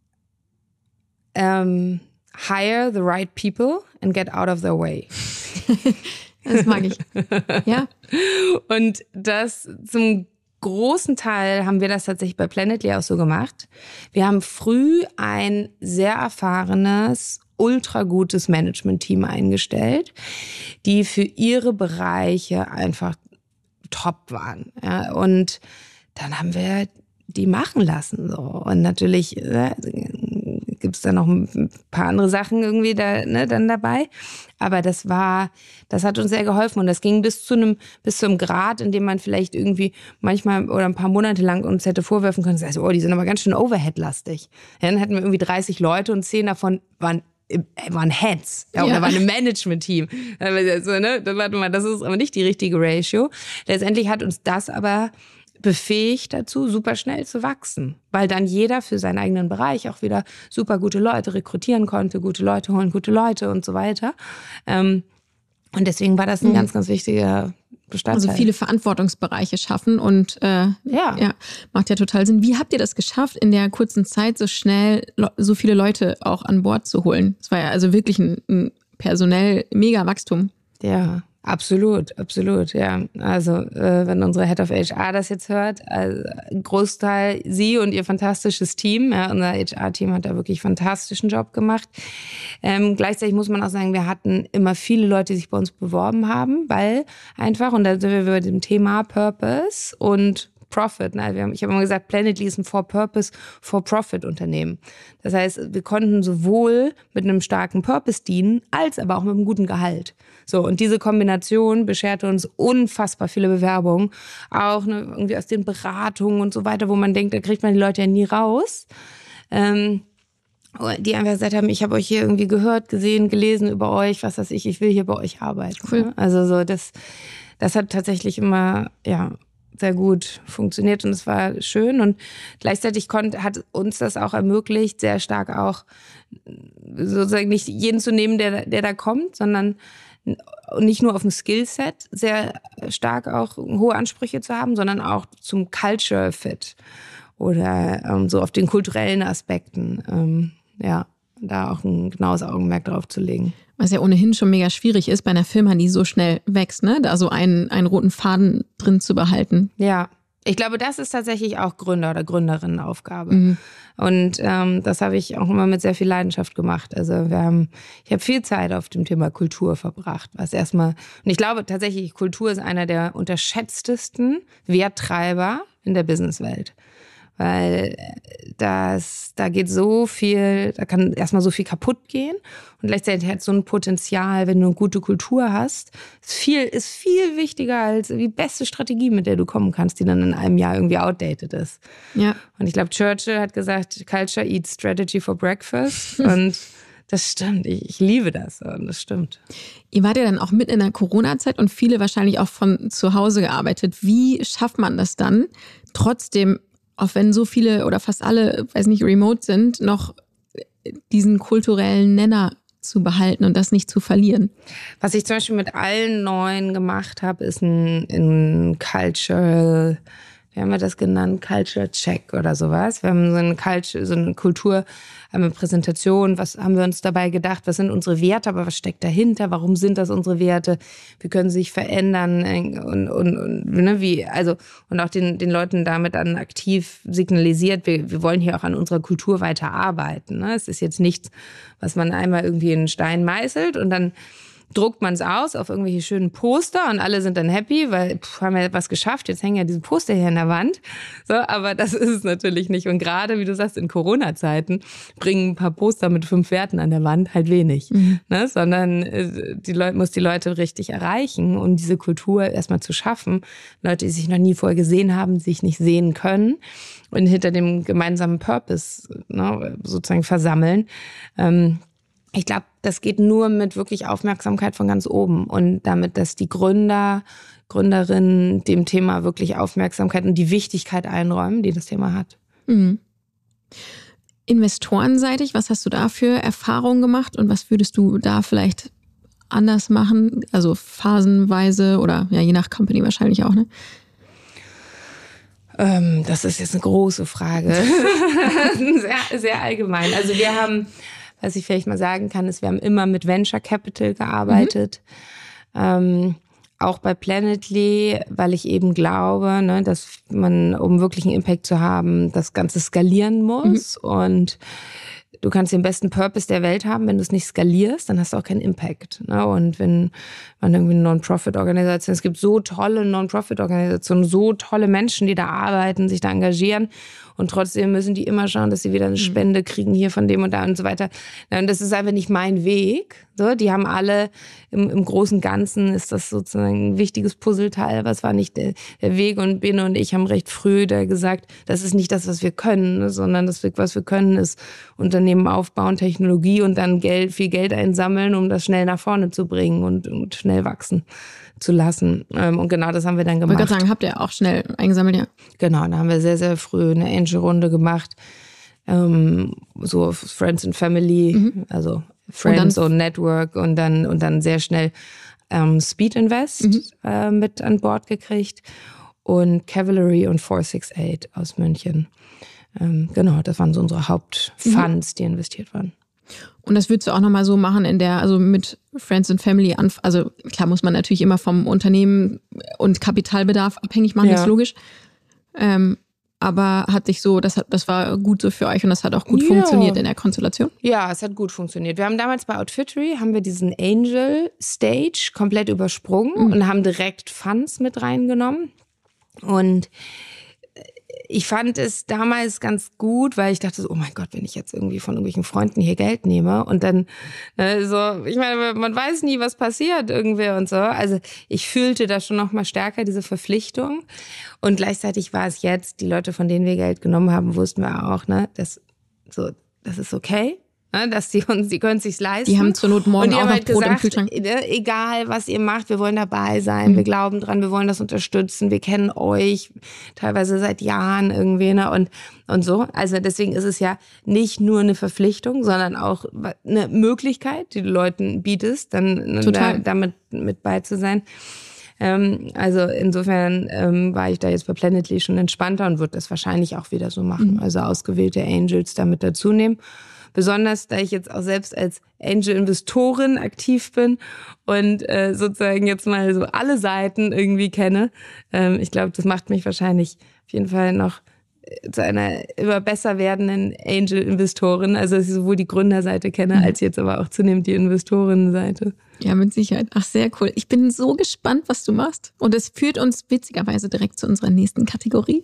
B: hire the right people and get out of their way.
A: Das mag ich. Ja.
B: Und das zum großen Teil haben wir das tatsächlich bei Planetly auch so gemacht. Wir haben früh ein sehr erfahrenes, ultra gutes Management-Team eingestellt, die für ihre Bereiche einfach top waren. Ja, und dann haben wir die machen lassen. So. Und natürlich gibt es da noch ein paar andere Sachen irgendwie dann dabei. Aber das hat uns sehr geholfen. Und das ging bis zu einem Grad, in dem man vielleicht irgendwie manchmal oder ein paar Monate lang uns hätte vorwerfen können, also, die sind aber ganz schön overhead-lastig. Ja, dann hatten wir irgendwie 30 Leute und 10 davon waren Heads, ja, oder waren ein Management-Team. Also, warte mal, das ist aber nicht die richtige Ratio. Letztendlich hat uns das aber befähigt dazu, super schnell zu wachsen, weil dann jeder für seinen eigenen Bereich auch wieder super gute Leute rekrutieren konnte, gute Leute holen, gute Leute und so weiter. Und deswegen war das ein ganz, ganz wichtiger Bestandteil.
A: Also viele Verantwortungsbereiche schaffen und ja, macht ja total Sinn. Wie habt ihr das geschafft, in der kurzen Zeit so schnell so viele Leute auch an Bord zu holen? Das war ja also wirklich ein personell mega Wachstum.
B: Ja. Absolut, ja. Also wenn unsere Head of HR das jetzt hört, also ein Großteil sie und ihr fantastisches Team, ja, unser HR-Team hat da wirklich einen fantastischen Job gemacht. Gleichzeitig muss man auch sagen, wir hatten immer viele Leute, die sich bei uns beworben haben, weil einfach, und da sind wir bei dem Thema Purpose und Profit. Ich habe immer gesagt, Planetly ist ein For-Purpose, For-Profit-Unternehmen. Das heißt, wir konnten sowohl mit einem starken Purpose dienen, als aber auch mit einem guten Gehalt. So, und diese Kombination bescherte uns unfassbar viele Bewerbungen, auch irgendwie aus den Beratungen und so weiter, wo man denkt, da kriegt man die Leute ja nie raus. Die einfach gesagt haben, ich habe euch hier irgendwie gehört, gesehen, gelesen über euch, was weiß ich will hier bei euch arbeiten.
A: Cool.
B: Also so, das hat tatsächlich immer, ja, sehr gut funktioniert und es war schön und gleichzeitig hat uns das auch ermöglicht, sehr stark auch sozusagen nicht jeden zu nehmen, der da kommt, sondern nicht nur auf dem Skillset sehr stark auch hohe Ansprüche zu haben, sondern auch zum Culture Fit oder so auf den kulturellen Aspekten, da auch ein genaues Augenmerk drauf zu legen.
A: Was ja ohnehin schon mega schwierig ist bei einer Firma, die so schnell wächst, ne? Da so einen roten Faden drin zu behalten.
B: Ja, ich glaube, das ist tatsächlich auch Gründer- oder Gründerinnenaufgabe. Mhm. Und das habe ich auch immer mit sehr viel Leidenschaft gemacht. Also ich habe viel Zeit auf dem Thema Kultur verbracht. Und ich glaube tatsächlich, Kultur ist einer der unterschätztesten Werttreiber in der Businesswelt. Weil da geht so viel, da kann erstmal so viel kaputt gehen und gleichzeitig hat so ein Potenzial, wenn du eine gute Kultur hast, ist viel wichtiger als die beste Strategie, mit der du kommen kannst, die dann in einem Jahr irgendwie outdated ist. Ja. Und ich glaube, Churchill hat gesagt, Culture eats strategy for breakfast und das stimmt, ich liebe das und das stimmt.
A: Ihr wart ja dann auch mitten in der Corona-Zeit und viele wahrscheinlich auch von zu Hause gearbeitet. Wie schafft man das dann, trotzdem, auch wenn so viele oder fast alle, weiß nicht, remote sind, noch diesen kulturellen Nenner zu behalten und das nicht zu verlieren?
B: Was ich zum Beispiel mit allen Neuen gemacht habe, ist ein Cultural wie haben wir das genannt, Culture Check oder sowas. Wir haben so eine Kultur, eine Präsentation, was haben wir uns dabei gedacht, was sind unsere Werte, aber was steckt dahinter, warum sind das unsere Werte, wie können sie sich verändern und ne, und auch den Leuten damit dann aktiv signalisiert, wir wollen hier auch an unserer Kultur weiter arbeiten. Ne? Es ist jetzt nichts, was man einmal irgendwie in einen Stein meißelt und dann druckt man es aus auf irgendwelche schönen Poster und alle sind dann happy, weil haben wir was geschafft, jetzt hängen ja diese Poster hier an der Wand. So, aber das ist es natürlich nicht. Und gerade, wie du sagst, in Corona-Zeiten bringen ein paar Poster mit 5 Werten an der Wand halt wenig. Ne? Sondern muss die Leute richtig erreichen und diese Kultur erstmal zu schaffen. Leute, die sich noch nie vorher gesehen haben, sich nicht sehen können und hinter dem gemeinsamen Purpose sozusagen versammeln. Ich glaube, das geht nur mit wirklich Aufmerksamkeit von ganz oben und damit, dass die Gründerinnen dem Thema wirklich Aufmerksamkeit und die Wichtigkeit einräumen, die das Thema hat.
A: Mhm. Investorenseitig, was hast du da für Erfahrungen gemacht und was würdest du da vielleicht anders machen? Also phasenweise oder ja, je nach Company wahrscheinlich auch, ne?
B: Das ist jetzt eine große Frage. sehr, sehr allgemein. Also wir haben... Was ich vielleicht mal sagen kann, ist, wir haben immer mit Venture Capital gearbeitet. Auch bei Planetly, weil ich eben glaube, ne, dass man, um wirklich einen Impact zu haben, das Ganze skalieren muss. Und du kannst den besten Purpose der Welt haben, wenn du es nicht skalierst, dann hast du auch keinen Impact. Ne? Und wenn man irgendwie eine Non-Profit-Organisation, es gibt so tolle Non-Profit-Organisationen, so tolle Menschen, die da arbeiten, sich da engagieren. Und trotzdem müssen die immer schauen, dass sie wieder eine Spende kriegen hier von dem und da und so weiter. Und das ist einfach nicht mein Weg. So, die haben alle, im Großen und Ganzen ist das sozusagen ein wichtiges Puzzleteil, aber es war nicht der Weg. Und Bene und ich haben recht früh da gesagt, das ist nicht das, was wir können, sondern das, was wir können, ist Unternehmen aufbauen, Technologie und dann viel Geld einsammeln, um das schnell nach vorne zu bringen und schnell wachsen zu lassen. Und genau das haben wir dann gemacht.
A: Ich wollte gerade sagen, habt ihr auch schnell eingesammelt, ja?
B: Genau, da haben wir sehr, sehr früh eine Angel-Runde gemacht. So Friends and Family, also Friends und Network und dann sehr schnell Speed Invest mit an Bord gekriegt und Cavalry und 468 aus München. Genau, das waren so unsere Hauptfunds, die investiert waren.
A: Und das würdest du auch nochmal so machen also mit Friends and Family, also klar muss man natürlich immer vom Unternehmen und Kapitalbedarf abhängig machen, das ist logisch. Aber hat sich so, das war gut so für euch und das hat auch gut funktioniert in der Konstellation? Ja,
B: es hat gut funktioniert. Wir haben damals bei Outfittery, diesen Angel Stage komplett übersprungen und haben direkt Funds mit reingenommen. Und ich fand es damals ganz gut, weil ich dachte so, oh mein Gott, wenn ich jetzt irgendwie von irgendwelchen Freunden hier Geld nehme und dann ich meine, man weiß nie, was passiert irgendwie und so. Also ich fühlte da schon noch mal stärker diese Verpflichtung und gleichzeitig war es jetzt, die Leute, von denen wir Geld genommen haben, wussten wir auch, ne, das ist okay. Dass die können es sich leisten.
A: Die haben zur Not morgen auch noch
B: halt
A: Brot im Kühlschrank.
B: Egal, was ihr macht, wir wollen dabei sein, wir glauben dran, wir wollen das unterstützen, wir kennen euch teilweise seit Jahren irgendwie, ne, und so. Also deswegen ist es ja nicht nur eine Verpflichtung, sondern auch eine Möglichkeit, die du Leuten bietest, dann damit mit bei zu sein. Also insofern war ich da jetzt bei Planetly schon entspannter und würde das wahrscheinlich auch wieder so machen. Also ausgewählte Angels damit dazu nehmen. Besonders, da ich jetzt auch selbst als Angel-Investorin aktiv bin und sozusagen jetzt mal so alle Seiten irgendwie kenne. Ich glaube, das macht mich wahrscheinlich auf jeden Fall noch zu einer immer besser werdenden Angel-Investorin. Also, dass ich sowohl die Gründerseite kenne, als jetzt aber auch zunehmend die Investorinnenseite.
A: Ja, mit Sicherheit. Ach, sehr cool. Ich bin so gespannt, was du machst. Und es führt uns witzigerweise direkt zu unserer nächsten Kategorie.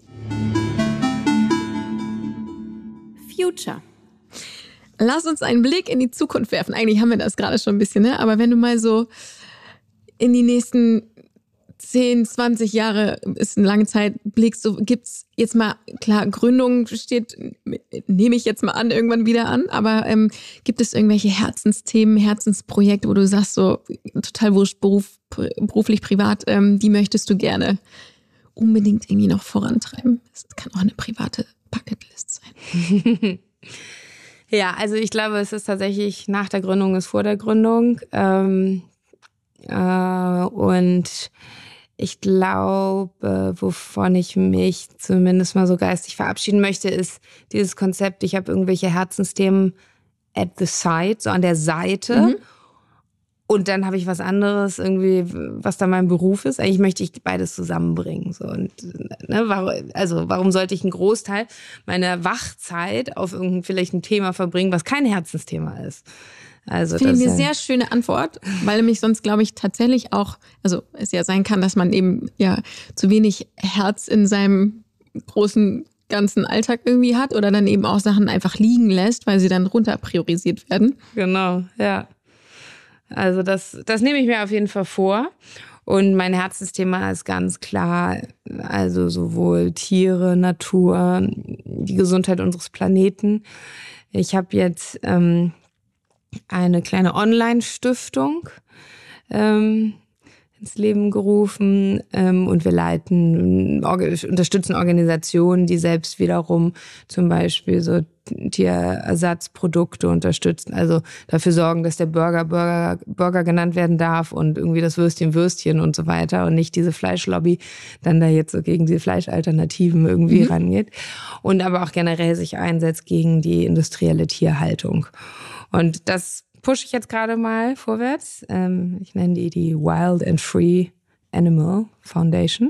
A: Future. Lass uns einen Blick in die Zukunft werfen. Eigentlich haben wir das gerade schon ein bisschen, ne? Aber wenn du mal so in die nächsten 10, 20 Jahre, ist eine lange Zeit, blickst, so gibt's jetzt mal, klar, Gründung steht, nehme ich jetzt mal an, irgendwann wieder an, aber gibt es irgendwelche Herzensthemen, Herzensprojekte, wo du sagst, so total wurscht, beruflich, privat, die möchtest du gerne unbedingt irgendwie noch vorantreiben? Das kann auch eine private Bucketlist sein.
B: Ja, also ich glaube, es ist tatsächlich nach der Gründung ist vor der Gründung. Und Ich glaube, wovon ich mich zumindest mal so geistig verabschieden möchte, ist dieses Konzept, ich habe irgendwelche Herzensthemen at the side, so an der Seite. Mhm. Und dann habe ich was anderes irgendwie, was da mein Beruf ist. Eigentlich möchte ich beides zusammenbringen. So. Und, warum sollte ich einen Großteil meiner Wachzeit auf vielleicht ein Thema verbringen, was kein Herzensthema ist? Also,
A: finde ich eine sehr schöne Antwort, weil nämlich sonst, glaube ich, tatsächlich auch, also es ja sein kann, dass man eben ja zu wenig Herz in seinem großen ganzen Alltag irgendwie hat oder dann eben auch Sachen einfach liegen lässt, weil sie dann runter priorisiert werden.
B: Genau, ja. Also das nehme ich mir auf jeden Fall vor. Und mein Herzensthema ist ganz klar, also sowohl Tiere, Natur, die Gesundheit unseres Planeten. Ich habe jetzt eine kleine Online-Stiftung ins Leben gerufen und wir unterstützen Organisationen, die selbst wiederum zum Beispiel so Tierersatzprodukte unterstützen, also dafür sorgen, dass der Burger genannt werden darf und irgendwie das Würstchen und so weiter und nicht diese Fleischlobby dann da jetzt so gegen die Fleischalternativen irgendwie rangeht und aber auch generell sich einsetzt gegen die industrielle Tierhaltung. Und das pushe ich jetzt gerade mal vorwärts. Ich nenne die Wild and Free Animal Foundation.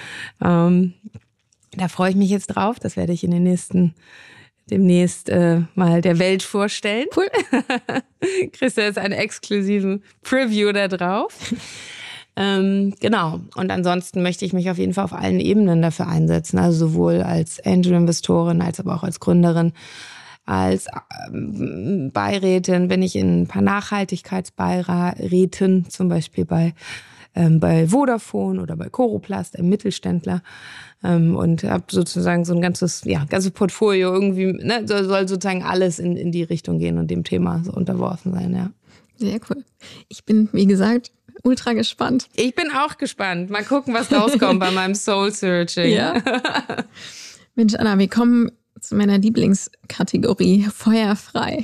B: Da freue ich mich jetzt drauf. Das werde ich demnächst mal der Welt vorstellen. Cool. Kriegst du jetzt einen exklusiven Preview da drauf. Genau. Und ansonsten möchte ich mich auf jeden Fall auf allen Ebenen dafür einsetzen. Also sowohl als Angel-Investorin als aber auch als Gründerin. Als Beirätin bin ich in ein paar Nachhaltigkeitsbeiräten, zum Beispiel bei Vodafone oder bei Coroplast, einem Mittelständler. Und habe sozusagen so ein ganzes Portfolio irgendwie, ne, soll sozusagen alles in die Richtung gehen und dem Thema so unterworfen sein, ja.
A: Sehr cool. Ich bin, wie gesagt, ultra gespannt.
B: Ich bin auch gespannt. Mal gucken, was rauskommt bei meinem Soul-Searching.
A: Ja. Mensch, Anna, wir kommen zu meiner Lieblingskategorie, feuerfrei.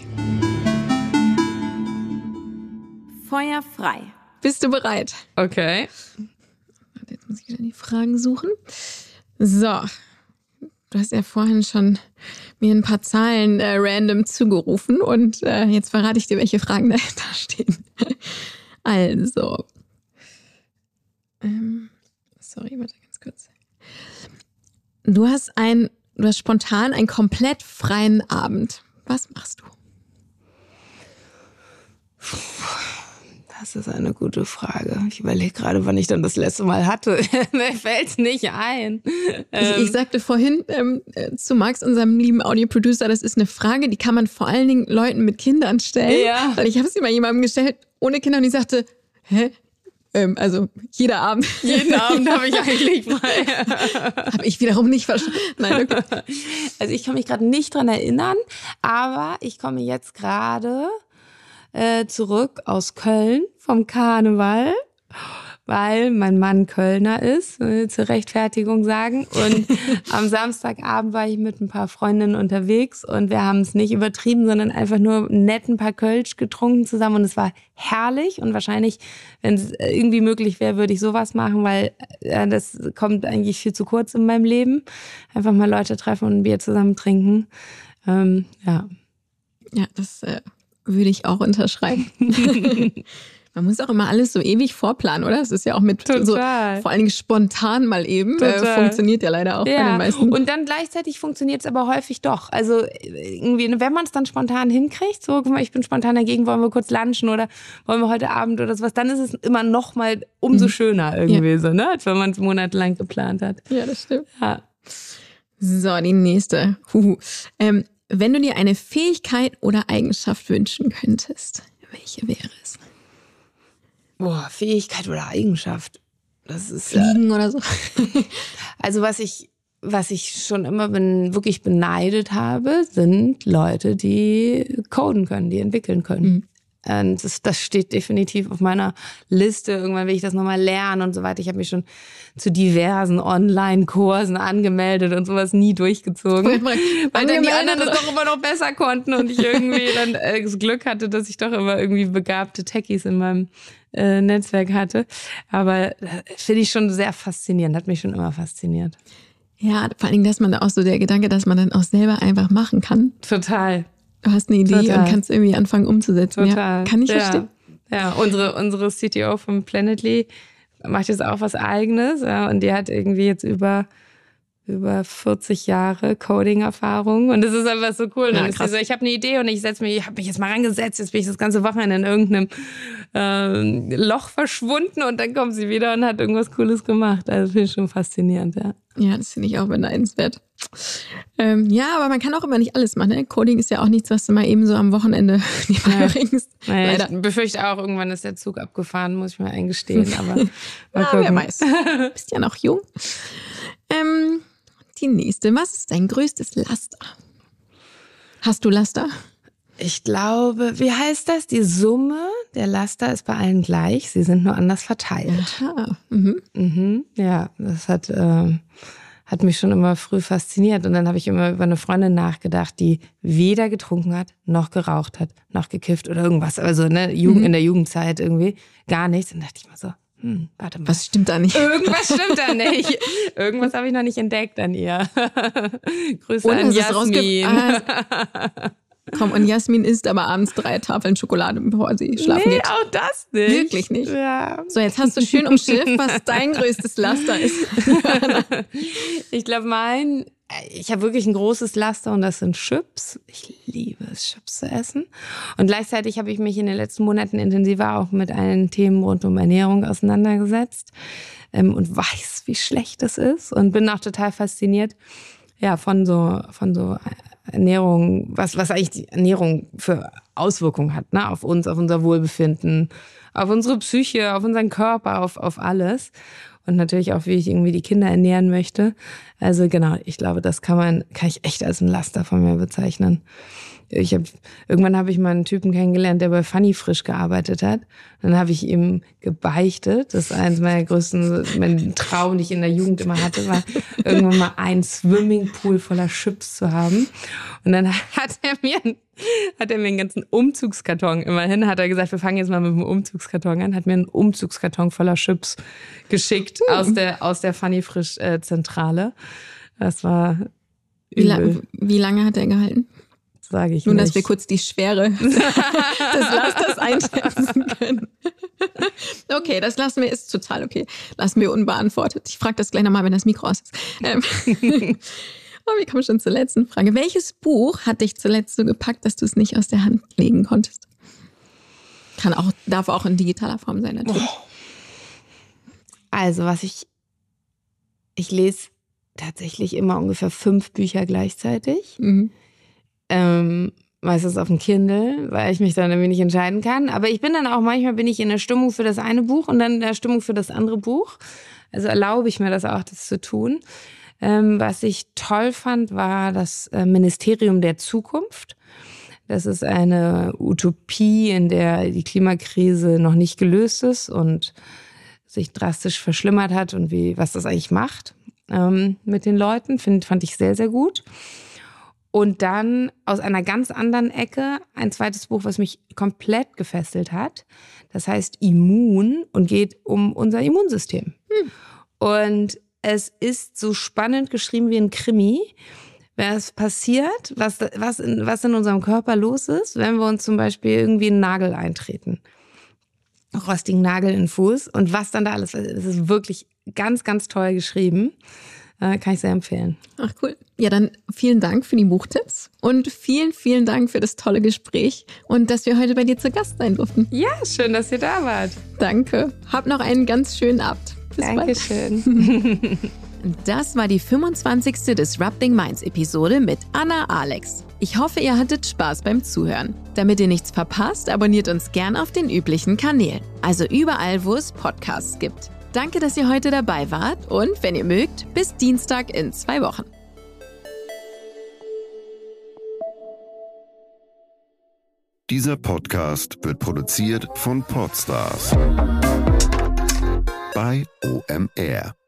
A: Feuerfrei. Bist du bereit?
B: Okay.
A: Jetzt muss ich wieder die Fragen suchen. So, du hast ja vorhin schon mir ein paar Zahlen random zugerufen und jetzt verrate ich dir, welche Fragen dahinter stehen. Also, sorry, warte ganz kurz. Du hast spontan einen komplett freien Abend. Was machst du?
B: Das ist eine gute Frage. Ich überlege gerade, wann ich dann das letzte Mal hatte. Mir fällt's nicht ein.
A: Ich sagte vorhin zu Max, unserem lieben Audioproducer, das ist eine Frage, die kann man vor allen Dingen Leuten mit Kindern stellen. Ja. Weil ich habe sie mal jemandem gestellt, ohne Kinder, und die sagte, hä? Also jeder Abend.
B: Jeden Abend habe ich eigentlich mal.
A: Habe ich wiederum nicht verstanden. Nein, okay.
B: Also ich kann mich gerade nicht dran erinnern, aber ich komme jetzt gerade zurück aus Köln vom Karneval, weil mein Mann Kölner ist, zur Rechtfertigung sagen. Und am Samstagabend war ich mit ein paar Freundinnen unterwegs und wir haben es nicht übertrieben, sondern einfach nur nett ein paar Kölsch getrunken zusammen und es war herrlich und wahrscheinlich, wenn es irgendwie möglich wäre, würde ich sowas machen, weil das kommt eigentlich viel zu kurz in meinem Leben. Einfach mal Leute treffen und ein Bier zusammen trinken. Ja.
A: Ja, das würde ich auch unterschreiben. Man muss auch immer alles so ewig vorplanen, oder? Es ist ja auch mit so, vor allen Dingen spontan mal eben. Funktioniert ja leider auch bei den meisten.
B: Und dann gleichzeitig funktioniert es aber häufig doch. Also irgendwie, wenn man es dann spontan hinkriegt, so, guck mal, ich bin spontan dagegen, wollen wir kurz lunchen oder wollen wir heute Abend oder sowas, dann ist es immer noch mal umso schöner irgendwie so, ne? Als wenn man es monatelang geplant hat.
A: Ja, das stimmt. Ja. So, die nächste. Wenn du dir eine Fähigkeit oder Eigenschaft wünschen könntest, welche wäre es?
B: Boah, Fähigkeit oder Eigenschaft. Das ist
A: Fliegen oder so.
B: Also was ich schon immer wirklich beneidet habe, sind Leute, die coden können, die entwickeln können. Mhm. Und das steht definitiv auf meiner Liste. Irgendwann will ich das nochmal lernen und so weiter. Ich habe mich schon zu diversen Online-Kursen angemeldet und sowas nie durchgezogen. Weil dann die anderen das doch immer noch besser konnten und ich irgendwie dann das Glück hatte, dass ich doch immer irgendwie begabte Techies in Netzwerk hatte. Aber finde ich schon sehr faszinierend, hat mich schon immer fasziniert.
A: Ja, vor allem, dass man da auch so der Gedanke, dass man dann auch selber einfach machen kann.
B: Total.
A: Du hast eine Idee und kannst irgendwie anfangen umzusetzen.
B: Total.
A: Ja, kann ich verstehen.
B: Ja, unsere CTO von Plannedly macht jetzt auch was Eigenes. Ja, und die hat irgendwie jetzt über 40 Jahre Coding-Erfahrung. Und das ist einfach so cool. Und dann ist sie so, ich habe eine Idee und ich habe mich jetzt mal rangesetzt. Jetzt bin ich das ganze Wochenende in irgendeinem Loch verschwunden und dann kommt sie wieder und hat irgendwas Cooles gemacht. Also finde ich schon faszinierend, ja.
A: Ja, das finde ich auch beneidenswert. Ja, aber man kann auch immer nicht alles machen. Ne? Coding ist ja auch nichts, was du mal eben so am Wochenende bringst.
B: Naja, ich befürchte auch, irgendwann ist der Zug abgefahren, muss ich mir eingestehen. Aber mal gucken.
A: Wer weiß. Du bist ja noch jung. Die nächste. Was ist dein größtes Laster? Hast du Laster?
B: Ich glaube, wie heißt das? Die Summe der Laster ist bei allen gleich. Sie sind nur anders verteilt.
A: Aha.
B: Ja, das hat mich schon immer früh fasziniert. Und dann habe ich immer über eine Freundin nachgedacht, die weder getrunken hat, noch geraucht hat, noch gekifft oder irgendwas. Also in der Jugendzeit irgendwie gar nichts. Und dachte ich mal so, warte mal.
A: Was stimmt da nicht?
B: Irgendwas stimmt da nicht. Irgendwas habe ich noch nicht entdeckt an ihr. Grüße an Jasmin.
A: Komm, und Jasmin isst aber abends 3 Tafeln Schokolade, bevor sie schlafen geht.
B: Auch das nicht.
A: Wirklich nicht?
B: Ja.
A: So, jetzt hast du schön umschifft, was dein größtes Laster ist.
B: Ich glaube, ich habe wirklich ein großes Laster und das sind Chips. Ich liebe es, Chips zu essen. Und gleichzeitig habe ich mich in den letzten Monaten intensiver auch mit allen Themen rund um Ernährung auseinandergesetzt und weiß, wie schlecht das ist und bin auch total fasziniert, ja, von so Ernährung, was eigentlich die Ernährung für Auswirkungen hat, ne, auf uns, auf unser Wohlbefinden, auf unsere Psyche, auf unseren Körper, auf alles. Und natürlich auch, wie ich irgendwie die Kinder ernähren möchte. Also genau, ich glaube, das kann ich echt als ein Laster von mir bezeichnen. Irgendwann habe ich mal einen Typen kennengelernt, der bei Funny Frisch gearbeitet hat. Dann habe ich ihm gebeichtet. Das ist eines meiner mein Traum, den ich in der Jugend immer hatte, war irgendwann mal einen Swimmingpool voller Chips zu haben. Und dann hat er mir einen ganzen Umzugskarton, immerhin hat er gesagt, wir fangen jetzt mal mit dem Umzugskarton an, hat mir einen Umzugskarton voller Chips geschickt aus der Funny Frisch Zentrale. Das war übel.
A: Wie lange hat er gehalten?
B: Sage ich
A: Nur,
B: nicht.
A: dass wir kurz die Schwere des Lasters einschätzen können. Okay, das ist total okay. Lassen wir unbeantwortet. Ich frage das gleich nochmal, wenn das Mikro aus ist. Wir kommen schon zur letzten Frage. Welches Buch hat dich zuletzt so gepackt, dass du es nicht aus der Hand legen konntest? Darf auch in digitaler Form sein, natürlich.
B: Also, ich lese tatsächlich immer ungefähr 5 Bücher gleichzeitig. Meistens auf dem Kindle, weil ich mich dann irgendwie nicht entscheiden kann. Aber ich bin dann auch, manchmal bin ich in der Stimmung für das eine Buch und dann in der Stimmung für das andere Buch. Also erlaube ich mir das auch, das zu tun. Was ich toll fand, war das Ministerium der Zukunft. Das ist eine Utopie, in der die Klimakrise noch nicht gelöst ist und sich drastisch verschlimmert hat und was das eigentlich macht mit den Leuten. Fand ich sehr, sehr gut. Und dann aus einer ganz anderen Ecke ein zweites Buch, was mich komplett gefesselt hat. Das heißt Immun und geht um unser Immunsystem. Und es ist so spannend geschrieben wie ein Krimi. Was passiert, was in unserem Körper los ist, wenn wir uns zum Beispiel irgendwie einen Nagel eintreten. Rostigen Nagel in den Fuß und was dann da alles ist. Es ist wirklich ganz, ganz toll geschrieben. Kann ich sehr empfehlen.
A: Ach cool. Ja, dann vielen Dank für die Buchtipps und vielen, vielen Dank für das tolle Gespräch und dass wir heute bei dir zu Gast sein durften.
B: Ja, schön, dass ihr da wart.
A: Danke. Hab noch einen ganz schönen Abend. Bis
B: Dankeschön.
A: Das war die 25. Disrupting Minds Episode mit Anna Alex. Ich hoffe, ihr hattet Spaß beim Zuhören. Damit ihr nichts verpasst, abonniert uns gern auf den üblichen Kanälen. Also überall, wo es Podcasts gibt. Danke, dass ihr heute dabei wart und wenn ihr mögt, bis Dienstag in 2 Wochen.
C: Dieser Podcast wird produziert von Podstars bei OMR.